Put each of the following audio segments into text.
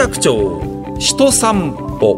楽町人散歩。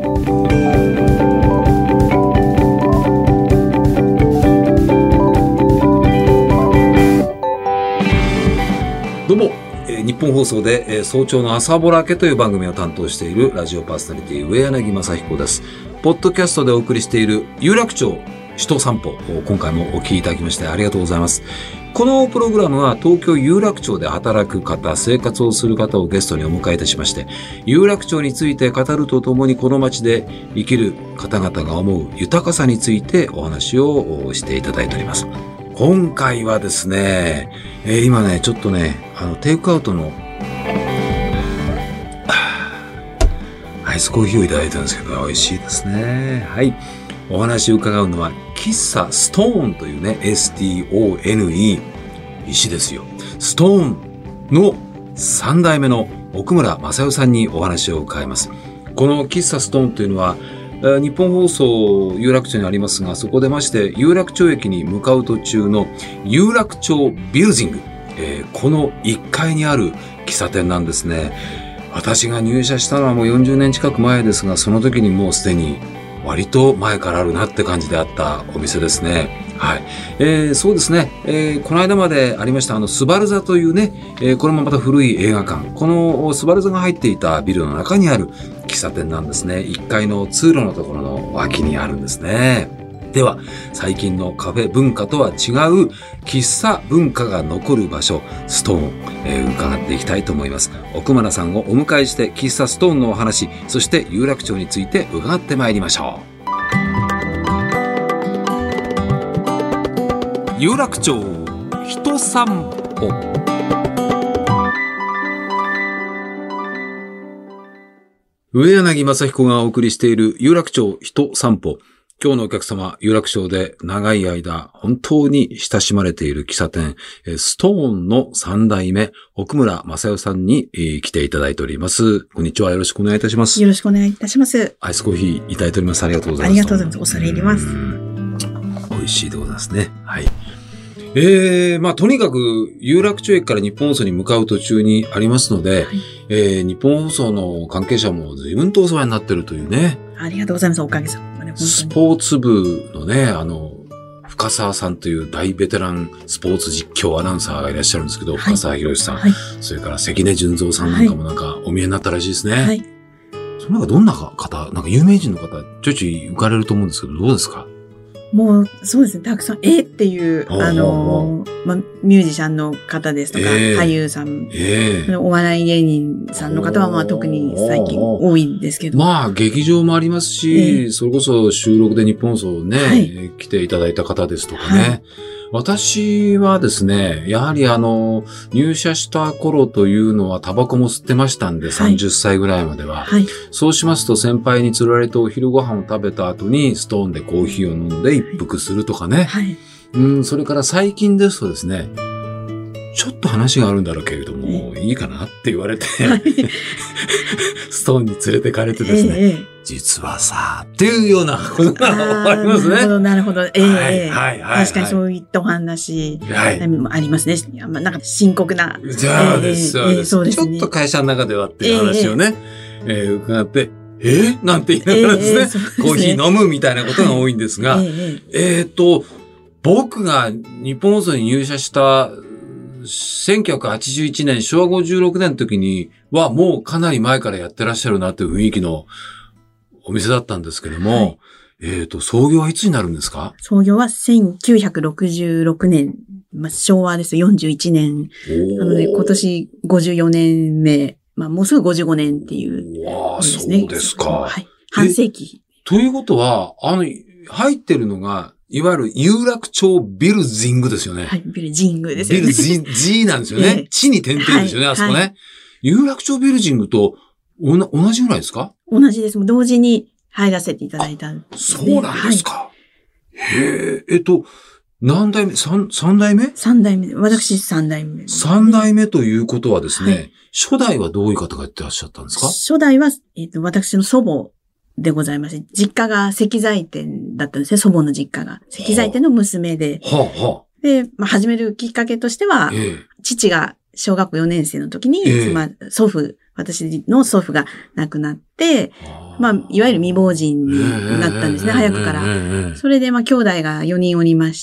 どうも、日本放送で、早朝の朝ぼらけという番組を担当しているラジオパーソナリティ上柳正彦です。ポッドキャストでお送りしている有楽町人散歩、今回もお聞きいただきましてありがとうございます。このプログラムは東京有楽町で働く方、生活をする方をゲストにお迎えいたしまして、有楽町について語るとともにこの街で生きる方々が思う豊かさについてお話をしていただいております。今回はですね、今ね、ちょっとね、テイクアウトのアイスコーヒーをいただいたんですけど、美味しいですね。はい。お話を伺うのは、喫茶ストーンというね、STONE、石ですよ。ストーンの3代目の奥村正代さんにお話を伺います。この喫茶ストーンというのは、日本放送有楽町にありますが、そこでまして有楽町駅に向かう途中の有楽町ビルディング、この1階にある喫茶店なんですね。私が入社したのはもう40年近く前ですが、その時にもうすでに割と前からあるなって感じであったお店ですね。はい。そうですね。この間までありましたスバル座というね、これもまた古い映画館。このスバル座が入っていたビルの中にある喫茶店なんですね。1階の通路のところの脇にあるんですね。では、最近のカフェ文化とは違う喫茶文化が残る場所、ストーン、伺っていきたいと思います。奥村さんをお迎えして喫茶ストーンのお話、そして有楽町について伺ってまいりましょう。有楽町人散歩。上柳正彦がお送りしている有楽町人散歩。今日のお客様、有楽町で長い間本当に親しまれている喫茶店、ストーンの3代目、奥村正代さんに、来ていただいております。こんにちは。よろしくお願いいたします。 よろしくお願いいたします。 アイスコーヒーいただいております。ありがとうございます。 ありがとうございます。恐れ入ります。 美味しいでございますね。はい。とにかく有楽町駅から日本放送に向かう途中にありますので、はい、日本放送の関係者も随分とお世話になっているというね。 ありがとうございます。おかげさまで。 スポーツ部のね、深沢さんという大ベテランスポーツ実況アナウンサーがいらっしゃるんですけど、はい、深沢博さん、はい、それから関根純三さんなんかもなんかお見えになったらしいですね。はい。その中どんな方、なんか有名人の方、ちょいちょい浮かれると思うんですけど、どうですか？ もう、そうですね。たくさん、っていう、ミュージシャンの方ですとか、俳優さん、お笑い芸人さんの方は、特に最近多いんですけど。 劇場もありますし、それこそ収録で日本放送ね、はい、来ていただいた方ですとかね。はい、私はですね、やはり入社した頃というのはタバコも吸ってましたんで、はい、30歳ぐらいまでは。はい、そうしますと先輩に釣られてお昼ご飯を食べた後にストーンでコーヒーを飲んで一服するとかね。はい、それから最近ですとですね、ちょっと話があるんだろうけれども、いいかなって言われて、はい、ストーンに連れてかれてですね、実はさ、っていうようなことがありますね。 なるほど。確かにそういったお話、ありますね。なんか深刻な。 そうです、そうです。ちょっと会社の中ではっていう話をね、伺って、なんて言いながらですね、コーヒー飲むみたいなことが多いんですが、僕が日本放送に入社した1981年、昭和56年の時にはもうかなり前からやってらっしゃるなという雰囲気のお店だったんですけども、はい、創業はいつになるんですか？ 創業は1966年、昭和です。41年。なので今年54年目。もうすぐ55年っていう、 ね。そうですか。 はい。半世紀。 ということは、入ってるのが、いわゆる有楽町ビルジングですよね。 はい、ビルジングですよね。 ビルジなんですよね。地に点々ですよね、あそこね。はい、有楽町ビルジングと同じぐらいですか？ 同じです。同時に入らせていただいたんですね。 そうなんですか。へえ、何代目 ?3 代目 ?3 代目。私3代目。 3代目ということはですね、はい、初代はどういう方がやってらっしゃったんですか？ 初代は、私の祖母でございます。実家が石材店だったんですね、祖母の実家が。石材店の娘で。で、始めるきっかけとしては、父が小学校4年生の時に、祖父、 私の祖父が亡くなって、まあ、いわゆる未亡人になったんですね、早くから。それで、まあ、兄弟が4人おりまして、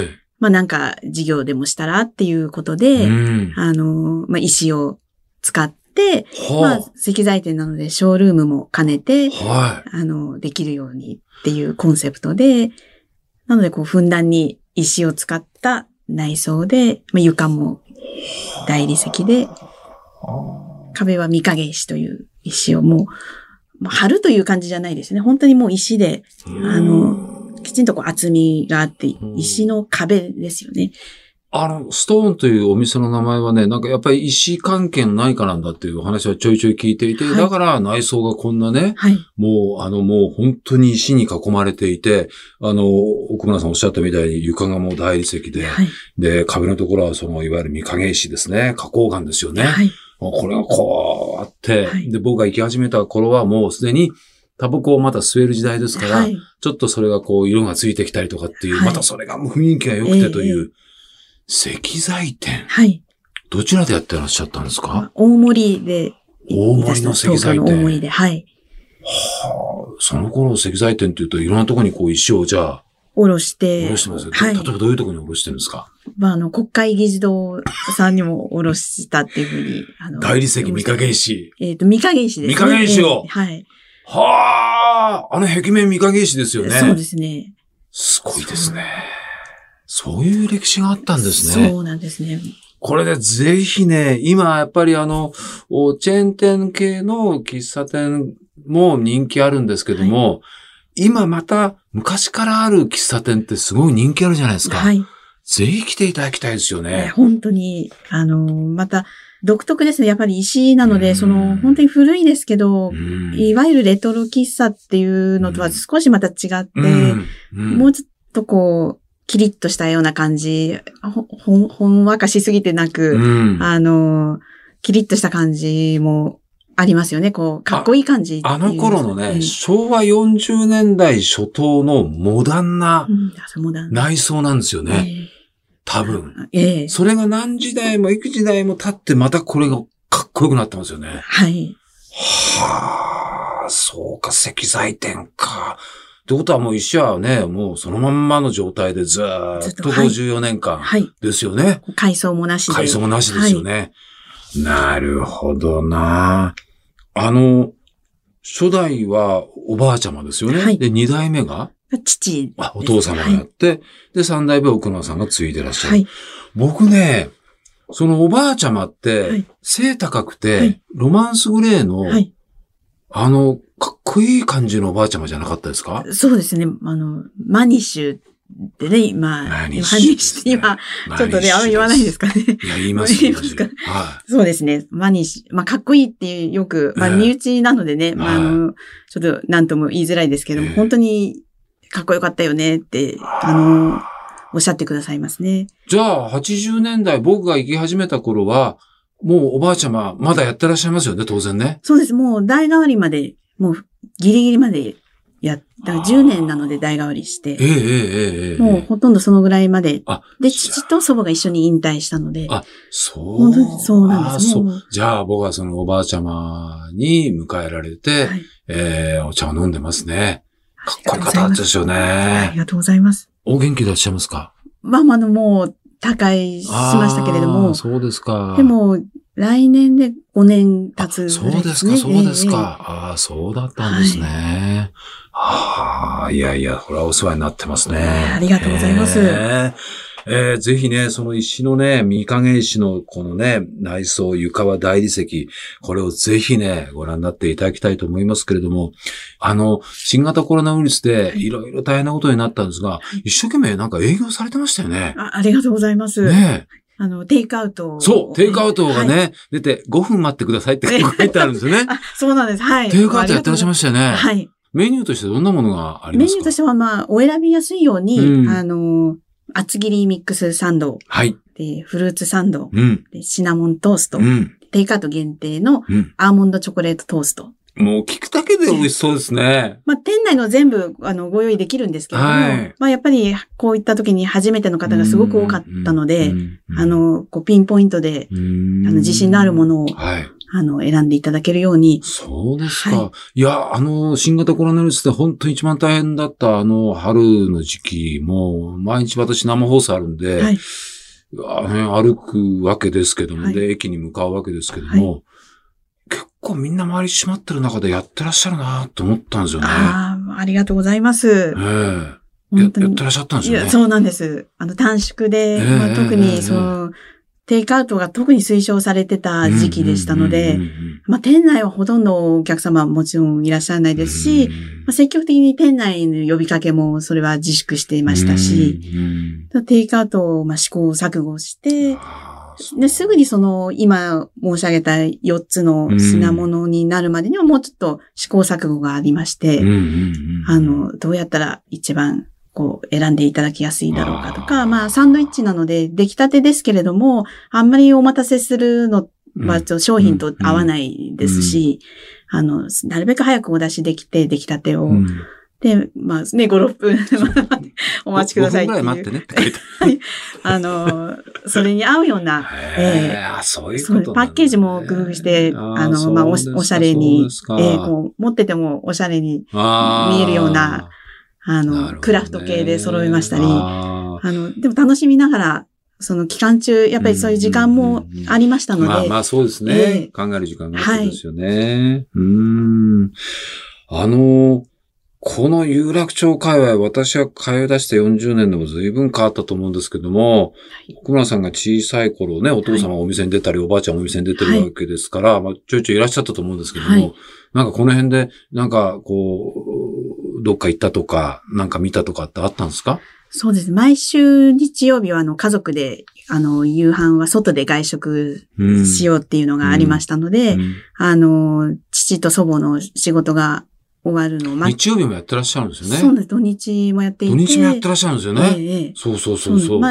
まあ、なんか、事業でもしたらっていうことで、まあ、石を使って、まあ、石材店なので、ショールームも兼ねて、できるようにっていうコンセプトで、なので、こう、ふんだんに石を使った内装で、まあ、床も大理石で、壁は御影石という石をもう、貼るという感じじゃないですね。本当にもう石で、きちんとこう厚みがあって、石の壁ですよね。 ストーンというお店の名前はね、なんかやっぱり石関係のないかなんだっていうお話はちょいちょい聞いていて、だから内装がこんなね、もう本当に石に囲まれていて、奥村さんおっしゃったみたいに床がもう大理石で、で、壁のところはそのいわゆる御影石ですね、花崗岩ですよね。これがこうあって、で、僕が行き始めた頃はもうすでにタバコをまた吸える時代ですから、ちょっとそれがこう色がついてきたりとかっていう、またそれが雰囲気が良くてという、石材店。どちらでやってらっしゃったんですか？ 大森で。 大森の石材店。 大森で、 その頃石材店っていうといろんなところにこう石をじゃあ、 下ろして。 下ろしてますよ。例えばどういうところに下ろしてるんですか？ まあ、国会議事堂さんにも下ろしたっていうふうに。 大理石、御影石。 御影石ですね。 御影石を。 はあ、壁面御影石ですよね。 そうですね。 すごいですね。そういう歴史があったんですね。 そうなんですね。 これでぜひね、今やっぱりチェーン店系の喫茶店も人気あるんですけども、今また昔からある喫茶店ってすごい人気あるじゃないですか。ぜひ来ていただきたいですよね。 本当に、また独特ですね。やっぱり石なので、本当に古いですけど、いわゆるレトロ喫茶っていうのとは少しまた違って、もうちょっとこう、キリッとしたような感じ、ほんわかしすぎてなく、キリッとした感じもありますよね。こう、かっこいい感じ。 あの頃のね、昭和40年代初頭のモダンな内装なんですよね。多分。それが何時代も幾時代も経ってまたこれがかっこよくなってますよね。そうか、石材店か。ってことはもう石はね、もうそのまんまの状態でずーっと54年間ですよね。 改装もなしで。 改装もなしですよね。なるほどな。初代はおばあちゃまですよね。で、2代目が父。 お父様がやって、で、3代目奥野さんが継いでらっしゃる。僕ね、そのおばあちゃまって、背高くて、ロマンスグレーの、かっこいい感じのおばあちゃまじゃなかったですか？ そうですね。マニッシュってね、今、マニッシュって今、ちょっとね、あんまり言わないですかね。 いや、言いますか。 そうですね。マニッシュ。かっこいいってよく、身内なのでね、ちょっと何とも言いづらいですけども、本当にかっこよかったよねって、おっしゃってくださいますね。 じゃあ、80年代僕が行き始めた頃は、もうおばあちゃま、まだやってらっしゃいますよね、当然ね。 そうです。もう代替わりまで、もうギリギリまでだから10年なので代替わりして。もうほとんどそのぐらいまで。で、父と祖母が一緒に引退したので。そうなんです。 じゃあ僕はそのおばあちゃまに迎えられて、お茶を飲んでますね。かっこいい方ですよね。 ありがとうございます。 お元気でいらっしゃいますか？ もう、他界しましたけれども。 そうですか。 でも、来年で5年経つぐらいですね。 そうですか。そうだったんですね。いや、これはお世話になってますね。 ありがとうございます。 ぜひね、その石のね、御影石のこのね、内装、床は大理石、これをぜひね、ご覧になっていただきたいと思いますけれども、新型コロナウイルスでいろいろ大変なことになったんですが、一生懸命なんか営業されてましたよね。 ありがとうございます。 ねテイクアウト。 そう、テイクアウトがね、出て5分待ってくださいって書いてあるんですよね。 そうなんです。はい。 テイクアウトやってらっしゃいましたよね。 はい。 メニューとしてどんなものがありますか？メニューとしてはお選びやすいように、厚切りミックスサンド。で、フルーツサンド。で、シナモントースト。テイクアウト限定のアーモンドチョコレートトースト。 もう聞くだけで美味しそうですね。 店内の全部、ご用意できるんですけれども、やっぱり、こういった時に初めての方がすごく多かったので、ピンポイントで、自信のあるものを、 選んでいただけるように。 そうですか。はい、いや、新型コロナウイルスで本当に一番大変だった春の時期も、毎日私生放送あるんで、はい、歩くわけですけども、はい、で、駅に向かうわけですけども、はい、結構みんな周り閉まってる中でやってらっしゃるなと思ったんですよね。 ありがとうございます。 やってらっしゃったんですよね。 いや、そうなんです。短縮で、特にテイクアウトが特に推奨されてた時期でしたので、店内はほとんどお客様はもちろんいらっしゃらないですし、積極的に店内の呼びかけもそれは自粛していましたし、テイクアウトを試行錯誤して、ですぐに今申し上げた4つの品物になるまでにはもうちょっと試行錯誤がありまして、どうやったら一番選んでいただきやすいだろうかとか、サンドイッチなので出来たてですけれども、あんまりお待たせするのは商品と合わないですし、なるべく早くお出しできて出来たてを、で、5、6分お待ちくださいっていう。5分ぐらい待ってねって書いてはい。それに合うような、 そういうことパッケージも工夫して、おしゃれに、持っててもおしゃれに見えるような、クラフト系で揃えましたり、でも楽しみながら、期間中、やっぱりそういう時間もありましたので。 そうですね。考える時間があってですよね。この有楽町界隈、私は通い出して40年でも随分変わったと思うんですけども、奥村さんが小さい頃ね、お父様お店に出たり、おばあちゃんお店に出てるわけですから、ちょいちょいいらっしゃったと思うんですけども、なんかこの辺で、どっか行ったとか、なんか見たとかってあったんですか？ そうです。毎週日曜日は家族で、夕飯は外で外食しようっていうのがありましたので、父と祖母の仕事が終わるのを日曜日もやってらっしゃるんですよね。 そうです。土日もやっていて。 土日もやってらっしゃるんですよね。そう。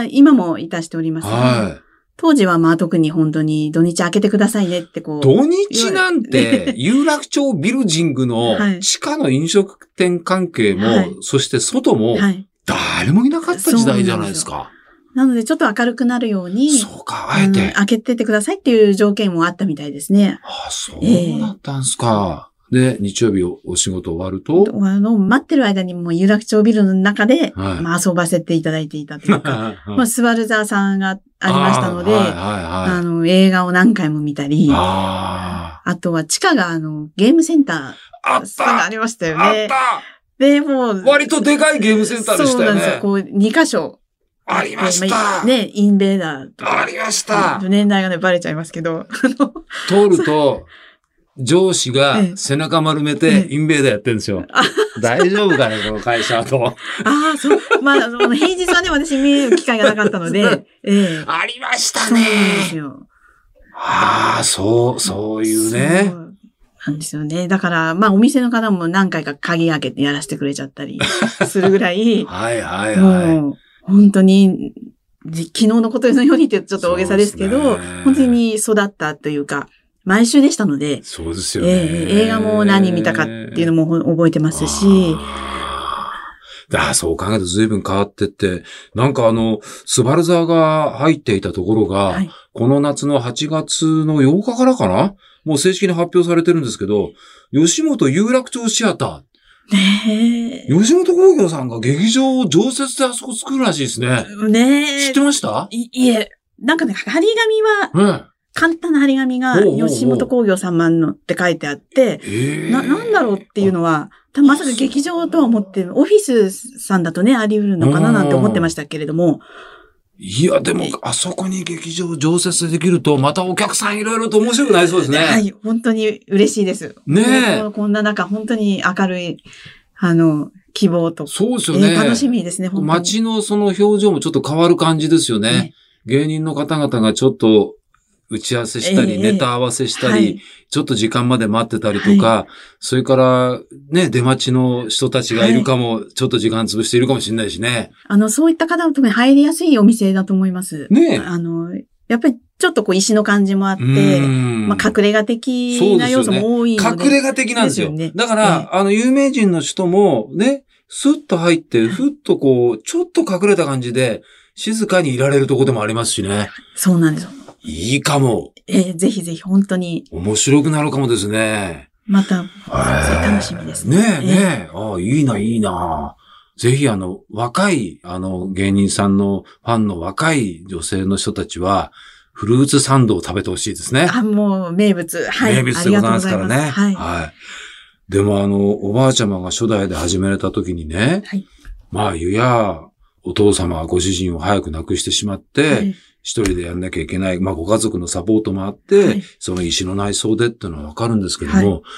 今もいたしております。当時は特に本当に土日開けてくださいねって土日なんて、有楽町ビルジングの地下の飲食店関係も、そして外も、誰もいなかった時代じゃないですか。 なのでちょっと明るくなるように、 そうか、あえて。 開けててくださいっていう条件もあったみたいですね。 そうだったんですか。で、日曜日お仕事終わると待ってる間にもう有楽町ビルの中で、遊ばせていただいていたというか、スバル座さんがありましたので、映画を何回も見たり、あとは地下がゲームセンターがありましたよね。で、もう。 割とでかいゲームセンターでしたよね。 そうなんですよ。2箇所。 ありました。 インベーダーとか。 ありました。 年代がバレちゃいますけど。 通ると、上司が背中丸めてインベーダーやってるんですよ。大丈夫かね、この会社と。 そう。平日はね、私見る機会がなかったので。ありましたね。 そうなんですよ。そういうね。 なんですよね。だから、お店の方も何回か鍵開けてやらせてくれちゃったりするぐらい。もう、本当に、昨日のことのようにってちょっと大げさですけど、本当に育ったというか、毎週でしたので。 そうですよね。 映画も何見たかっていうのも覚えてますし。 そう考えると随分変わってって、なんかスバル座が入っていたところが、この夏の8月の8日からかな？もう正式に発表されてるんですけど、吉本有楽町シアター。吉本興業さんが劇場を常設であそこ作るらしいですね。知ってました？ いえ、なんかね、張り紙は、簡単な張り紙が吉本興業様のって書いてあって、なんだろうっていうのは、まさか劇場とは思って、オフィスさんだとね、あり得るのかななんて思ってましたけれども。 いや、でも、あそこに劇場常設できると、またお客さんいろいろと面白くなりそうですね。 はい、本当に嬉しいです。こんな中、本当に明るい、希望と。 そうですよね。 楽しみですね、本当に。 街のその表情もちょっと変わる感じですよね。芸人の方々がちょっと、打ち合わせしたり、ネタ合わせしたり、ちょっと時間まで待ってたりとか、それから、ね、出待ちの人たちがいるかも、ちょっと時間潰しているかもしれないしね。 そういった方の特に入りやすいお店だと思います。 ね。 やっぱりちょっと石の感じもあって、隠れ家的な要素も多いので。 隠れ家的なんですよ。だから、有名人の人も、ね、スッと入って、ふっとちょっと隠れた感じで、静かにいられるとこでもありますしね。 そうなんですよ。 いいかも。 ぜひぜひ本当に。 面白くなるかもですね。 また、楽しみですね。 ねえ。いいな、いいな。ぜひ若い、芸人さんのファンの若い女性の人たちは、フルーツサンドを食べてほしいですね。 もう名物。はい。 名物でございますからね。 はい。 はい。でもおばあちゃまが初代で始められた時にね、はい。まあ、お父様はご主人を早く亡くしてしまって、はい、一人でやんなきゃいけない。まあ、ご家族のサポートもあって、はい、その石の内装でっていうのはわかるんですけども、はい、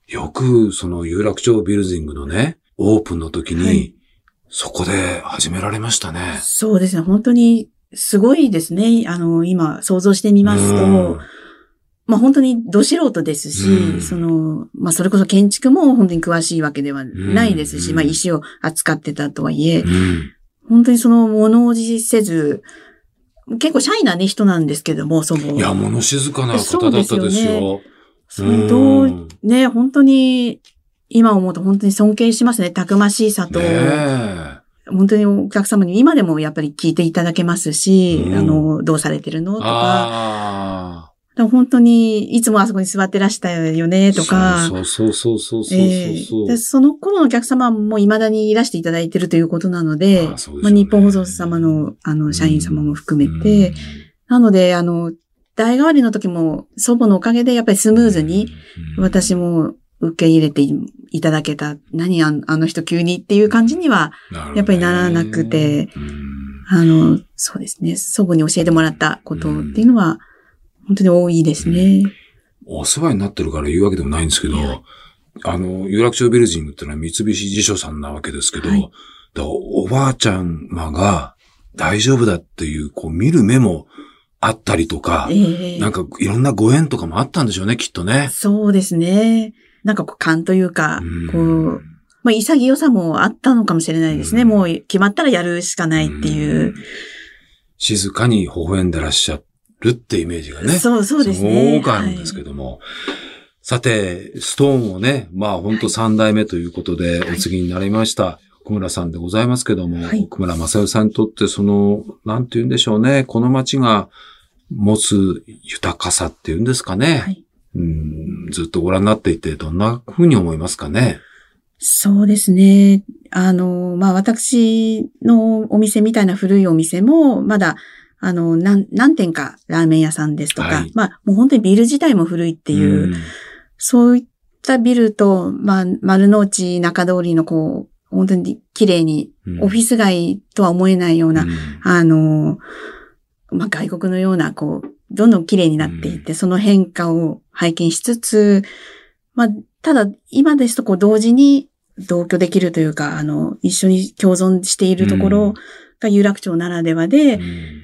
よくその有楽町ビルディングのね、オープンの時に、はい、そこで始められましたね。 そうですね。本当にすごいですね。今想像してみますと、まあ本当にど素人ですし、まあそれこそ建築も本当に詳しいわけではないですし、まあ石を扱ってたとはいえ、本当に物おじせず、結構シャイなね人なんですけども、祖母。 いや、物静かな方だったですよ。 ね、本当に、今思うと本当に尊敬しますね。たくましさと、本当にお客様に今でもやっぱり聞いていただけますし、どうされてるのとか、本当にいつもあそこに座ってらしたよねとか、 そう。 でその頃のお客様も未だにいらしていただいているということなので、まあ、日本放送様の社員様も含めて、なので代替わりの時も祖母のおかげでやっぱりスムーズに私も受け入れていただけた。何あの人急にっていう感じにはやっぱりならなくて、そうですね。祖母に教えてもらったことっていうのは本当に多いですね。 お世話になってるから言うわけでもないんですけど、有楽町ビルディングってのは三菱地所さんなわけですけど、はい、おばあちゃまが大丈夫だっていう、見る目もあったりとか、なんかいろんなご縁とかもあったんでしょうね、きっとね。 そうですね。なんか勘というか、まあ潔さもあったのかもしれないですね。もう決まったらやるしかないっていう。 静かに微笑んでらっしゃるってイメージがね。 そうですね。 すごくあるんですけども。はい、さて、ストーンをね、まあ本当3代目ということでお継ぎになりました。奥村さんでございますけども、はい、奥村正代さんにとってなんて言うんでしょうね。この街が持つ豊かさっていうんですかね。はい、ずっとご覧になっていて、どんな風に思いますかね。 そうですね。まあ私のお店みたいな古いお店も、まだ何店かラーメン屋さんですとか、はい、まあ、もう本当にビル自体も古いっていう、そういったビルと、まあ、丸の内中通りの本当に綺麗に、オフィス街とは思えないような、まあ、外国のような、どんどん綺麗になっていって、その変化を拝見しつつ、まあ、ただ、今ですと同時に同居できるというか、一緒に共存しているところ、が有楽町ならではで、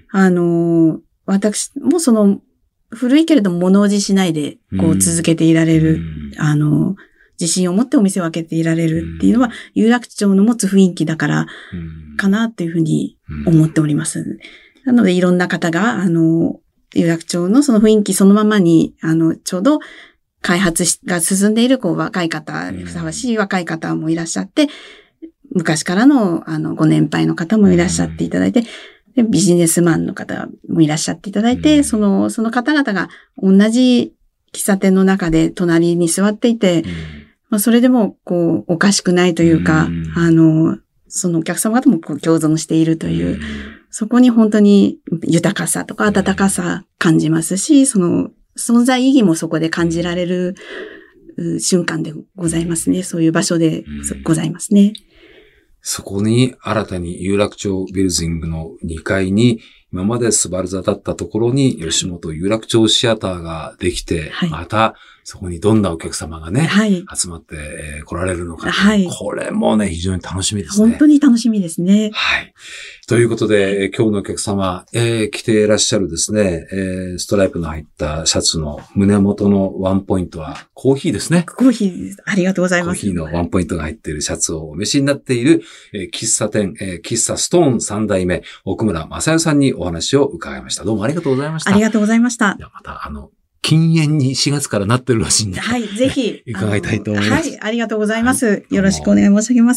私も古いけれども物おじしないで、続けていられる、自信を持ってお店を開けていられるっていうのは、有楽町の持つ雰囲気だから、かなというふうに思っております。なので、いろんな方が、有楽町のその雰囲気そのままに、ちょうど開発が進んでいる、若い方、ふさわしい若い方もいらっしゃって、昔からの、ご年配の方もいらっしゃっていただいて、でビジネスマンの方もいらっしゃっていただいて、その方々が同じ喫茶店の中で隣に座っていて、まあ、それでも、おかしくないというか、そのお客様方も共存しているという、そこに本当に豊かさとか温かさ感じますし、その存在意義もそこで感じられる瞬間でございますね。そういう場所でございますね。 そこに新たに有楽町ビルディングの2階に今までスバル座だったところに吉本有楽町シアターができて、はい、またそこにどんなお客様がね、はい、集まって来られるのか、はい、これもね、非常に楽しみですね。 本当に楽しみですね。 はい。ということで、今日のお客様、着ていらっしゃるですね、ストライプの入ったシャツの胸元のワンポイントはコーヒーですね。 コーヒーです。ありがとうございます。 コーヒーのワンポイントが入っているシャツをお召しになっている、喫茶店、喫茶ストーン3代目、奥村正代さんにお話を伺いました。どうもありがとうございました。 ありがとうございました。 ではまた、禁煙に4月からなってるらしいんで。 はい、ぜひ。 伺いたいと思います。 はい、ありがとうございます。はい、よろしくお願い申し上げます。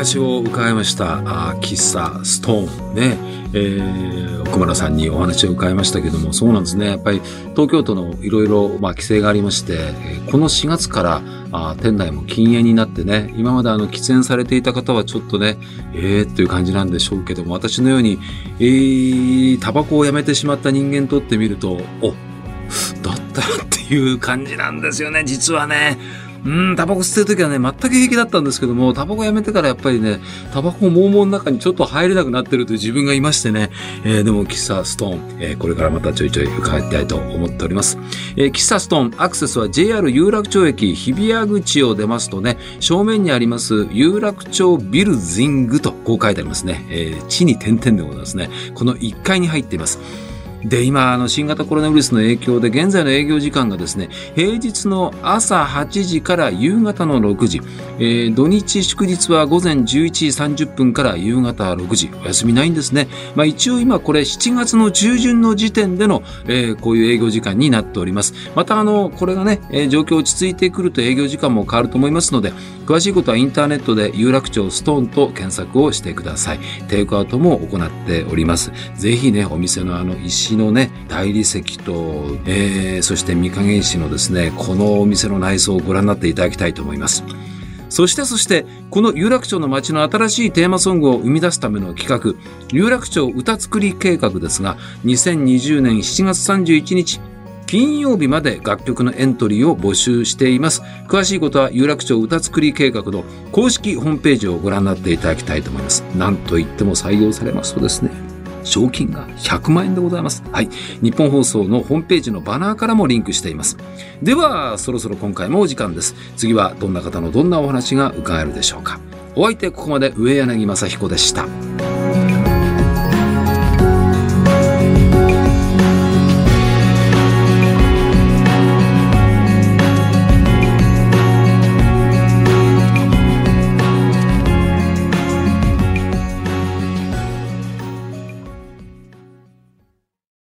話を伺いました。喫茶ストーンね、奥村さんにお話を伺いましたけども、そうなんですね。やっぱり東京都のいろいろ規制がありまして、この4月から店内も禁煙になってね、今まで喫煙されていた方はちょっとね、という感じなんでしょうけども、私のように、タバコをやめてしまった人間にとってみると、だったらっていう感じなんですよね、実はね。タバコ吸ってる時はね、全く平気だったんですけども、タバコやめてからやっぱりね、タバコ盲門の中にちょっと入れなくなってるという自分がいましてね、でも喫茶ストーン、これからまたちょいちょい伺いたいと思っております。喫茶ストーン、アクセスは JR 有楽町駅日比谷口を出ますとね、正面にあります有楽町ビルジングとこう書いてありますね。地に点々でございますね。この1階に入っています。で、今、新型コロナウイルスの影響で、現在の営業時間がですね、平日の朝8時から夕方の6時、土日祝日は午前11時30分から夕方6時、お休みないんですね。一応今これ7月の中旬の時点での、こういう営業時間になっております。またこれがね、状況落ち着いてくると営業時間も変わると思いますので、詳しいことはインターネットで有楽町ストーンと検索をしてください。テイクアウトも行っております。ぜひね、お店の石のね、大理石と、そして御影石のですね、このお店の内装をご覧になっていただきたいと思います。そして、この有楽町の街の新しいテーマソングを生み出すための企画、有楽町歌作り計画ですが、2020年7月31日、金曜日まで楽曲のエントリーを募集しています。詳しいことは有楽町歌作り計画の公式ホームページをご覧になっていただきたいと思います。なんといっても採用されますとですね、賞金が100万円でございます。はい。日本放送のホームページのバナーからもリンクしています。では、そろそろ今回もお時間です。次はどんな方のどんなお話が伺えるでしょうか。お相手ここまで上柳正彦でした。